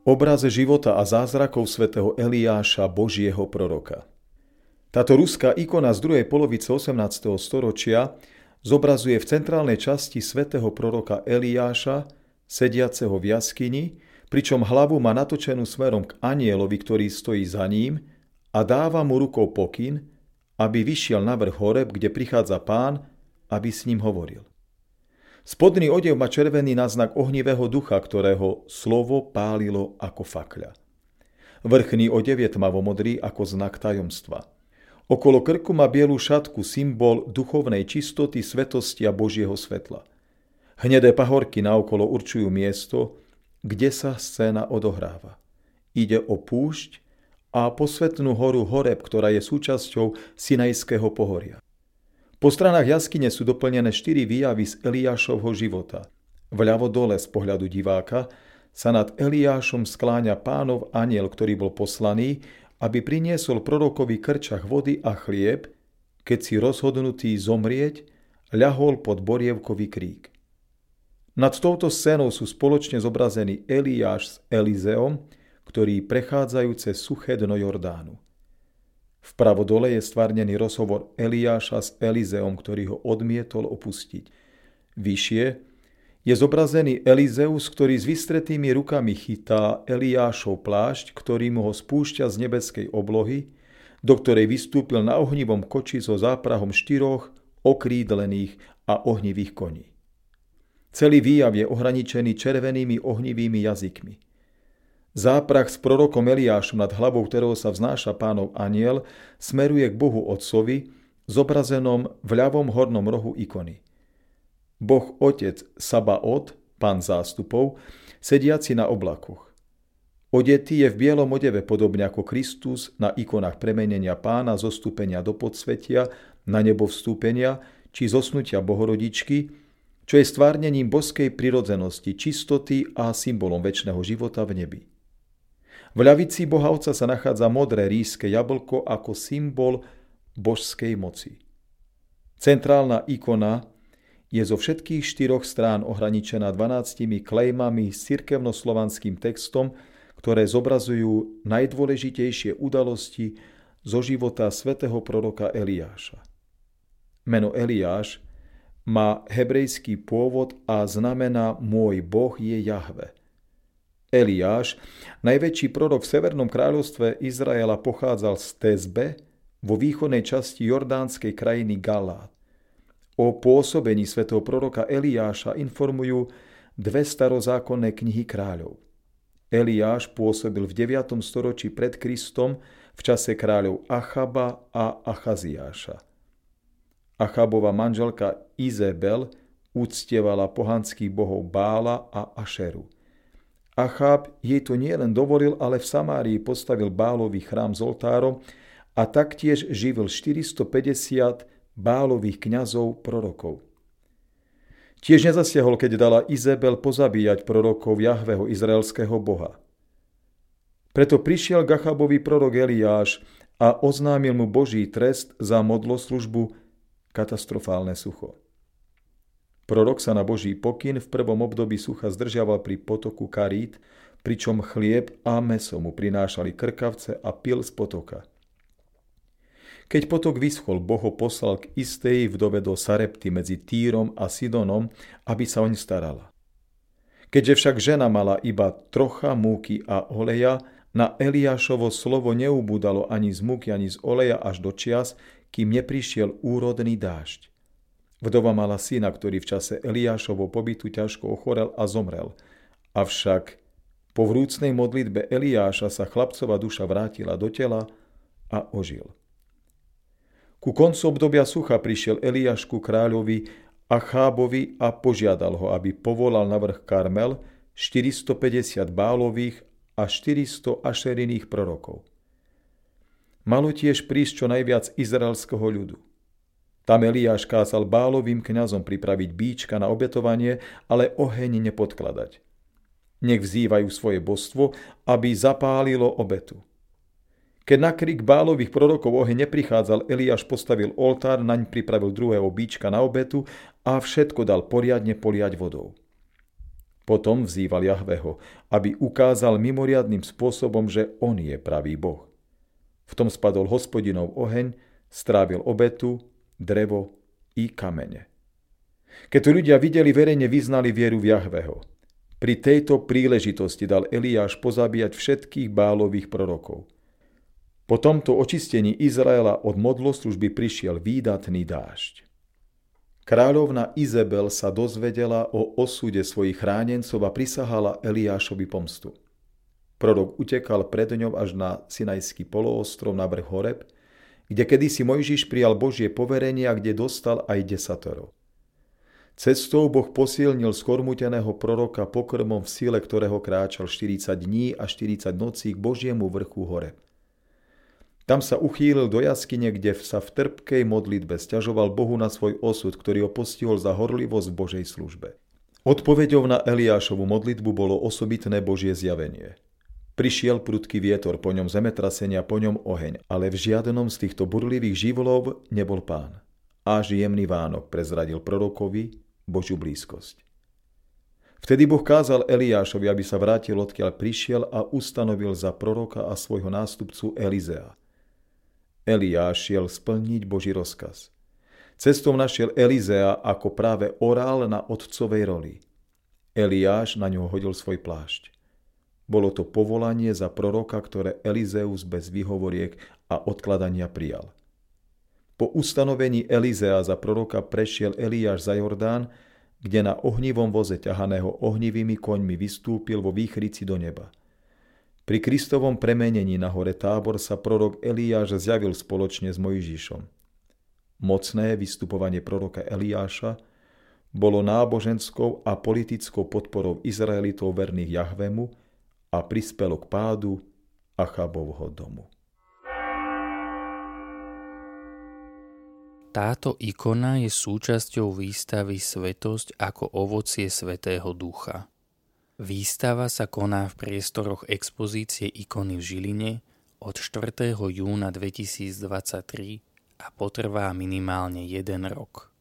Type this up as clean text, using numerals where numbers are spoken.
Obraz života a zázrakov svätého Eliáša, Božieho proroka. Táto ruská ikona z druhej polovice 18. storočia zobrazuje v centrálnej časti svätého proroka Eliáša, sediaceho v jaskyni, pričom hlavu má natočenú smerom k anjelovi, ktorý stojí za ním a dáva mu rukou pokyn, aby vyšiel na vrch Horeb, kde prichádza Pán, aby s ním hovoril. Spodný odev má červený náznak ohnivého ducha, ktorého slovo pálilo ako fakľa. Vrchný odev je tmavomodrý ako znak tajomstva. Okolo krku má bielu šatku, symbol duchovnej čistoty, svetosti a Božieho svetla. Hnedé pahorky naokolo určujú miesto, kde sa scéna odohráva. Ide o púšť a posvätnú horu Horeb, ktorá je súčasťou Sinajského pohoria. Po stranách jaskyne sú doplnené 4 výjavy z Eliášovho života. Vľavo dole z pohľadu diváka sa nad Eliášom skláňa Pánov anjel, ktorý bol poslaný, aby priniesol prorokovi krčach vody a chlieb, keď si rozhodnutý zomrieť, ľahol pod borievkový krík. Nad touto scénou sú spoločne zobrazení Eliáš s Elizeom, ktorí prechádzajú cez suché dno Jordánu. Vpravo dole je stvárnený rozhovor Eliáša s Elizeom, ktorý ho odmietol opustiť. Vyššie je zobrazený Elizeus, ktorý s vystretými rukami chytá Eliášov plášť, ktorý mu ho spúšťa z nebeskej oblohy, do ktorej vystúpil na ohnivom koči so záprahom 4 okrídlených a ohnivých koní. Celý výjav je ohraničený červenými ohnivými jazykmi. Záprah s prorokom Eliášom, nad hlavou ktorého sa vznáša Pánov anjel, smeruje k Bohu Otcovi, zobrazenom v ľavom hornom rohu ikony. Boh Otec Sabaot, Pán zástupov, sediaci na oblakoch. Odetý je v bielom odeve, podobne ako Kristus na ikonách premenenia Pána, zostúpenia do podsvetia, na nebo vstúpenia či zosnutia Bohorodičky, čo je stvárnením božskej prirodzenosti, čistoty a symbolom večného života v nebi. V ľavici Boha Otca sa nachádza modré ríšske jablko ako symbol božskej moci. Centrálna ikona je zo všetkých 4 strán ohraničená 12 klejmami s cirkevnoslovanským textom, ktoré zobrazujú najdôležitejšie udalosti zo života svätého proroka Eliáša. Meno Eliáš má hebrejský pôvod a znamená Môj Boh je Jahve. Eliáš, najväčší prorok v Severnom kráľovstve Izraela, pochádzal z Tezbe vo východnej časti jordánskej krajiny Galát. O pôsobení svätého proroka Eliáša informujú 2 starozákonné knihy kráľov. Eliáš pôsobil v 9. storočí pred Kristom v čase kráľov Achaba a Achaziáša. Achabova manželka Izabel uctievala pohanských bohov Bála a Ašeru. Achab jej to nielen dovolil, ale v Samárii postavil Bálový chrám s oltárom a taktiež živil 450 Bálových kňazov prorokov. Tiež nezasiahol, keď dala Izabel pozabíjať prorokov Jahveho, izraelského boha. Preto prišiel k Achabovi prorok Eliáš a oznámil mu Boží trest za modloslužbu, katastrofálne sucho. Prorok sa na Boží pokyn v prvom období sucha zdržiaval pri potoku Karít, pričom chlieb a mäso mu prinášali krkavce a pil z potoka. Keď potok vyschol, Boh ho poslal k istej vdove do Sarepty medzi Týrom a Sidonom, aby sa oň starala. Keďže však žena mala iba trocha múky a oleja, na Eliášovo slovo neubúdalo ani z múky, ani z oleja až do čias, kým neprišiel úrodný dážď. Vdova mala syna, ktorý v čase Eliášovho pobytu ťažko ochorel a zomrel. Avšak po vrúcnej modlitbe Eliáša sa chlapcova duša vrátila do tela a ožil. Ku koncu obdobia sucha prišiel Eliáš ku kráľovi Achábovi a požiadal ho, aby povolal na vrch Karmel 450 Bálových a 400 Ašeriných prorokov. Malo tiež prísť čo najviac izraelského ľudu. Tam Eliáš kázal Bálovým kňazom pripraviť bíčka na obetovanie, ale oheň nepodkladať. Nech vzývajú svoje božstvo, aby zapálilo obetu. Keď na krik Bálových prorokov oheň neprichádzal, Eliáš postavil oltár, naň pripravil druhého bíčka na obetu a všetko dal poriadne poliať vodou. Potom vzýval Jahveho, aby ukázal mimoriadnym spôsobom, že on je pravý Boh. V tom spadol Hospodinov oheň, strávil obetu, drevo i kamene. Keď to ľudia videli, verejne vyznali vieru v Jahveho. Pri tejto príležitosti dal Eliáš pozabíjať všetkých Bálových prorokov. Po tomto očistení Izraela od modloslužby prišiel výdatný dážď. Kráľovna Izabel sa dozvedela o osude svojich chránencov a prisahala Eliášovi pomstu. Prorok utekal pred ňou až na Sinajský poloostrov na vrch Horeb, kde kedysi Mojžiš prijal Božie poverenie a kde dostal aj 10. Cestou Boh posilnil skormuteného proroka pokrmom v sile, ktorého kráčal 40 dní a 40 nocí k Božiemu vrchu Horeb. Tam sa uchýlil do jaskyne, kde sa v trpkej modlitbe sťažoval Bohu na svoj osud, ktorý ho postihol za horlivosť v Božej službe. Odpoveďou na Eliášovu modlitbu bolo osobitné Božie zjavenie. Prišiel prudký vietor, po ňom zemetrasenia, po ňom oheň, ale v žiadnom z týchto burlivých živlov nebol Pán. Až jemný vánok prezradil prorokovi Božiu blízkosť. Vtedy Boh kázal Eliášovi, aby sa vrátil, odkiaľ prišiel, a ustanovil za proroka a svojho nástupcu Elizea. Eliáš šiel splniť Boží rozkaz. Cestou našiel Elizea, ako práve orál na otcovej roli. Eliáš na ňo hodil svoj plášť. Bolo to povolanie za proroka, ktoré Elizeus bez výhovoriek a odkladania prijal. Po ustanovení Elizea za proroka prešiel Eliáš za Jordán, kde na ohnivom voze ťahaného ohnivými koňmi vystúpil vo výchrici do neba. Pri Kristovom premenení na hore Tábor sa prorok Eliáš zjavil spoločne s Mojžišom. Mocné vystupovanie proroka Eliáša bolo náboženskou a politickou podporou Izraelitov verných Jahvemu a prispelo k pádu Achabovho domu. Táto ikona je súčasťou výstavy Svetosť ako ovocie Svätého Ducha. Výstava sa koná v priestoroch expozície ikony v Žiline od 4. júna 2023 a potrvá minimálne 1 rok.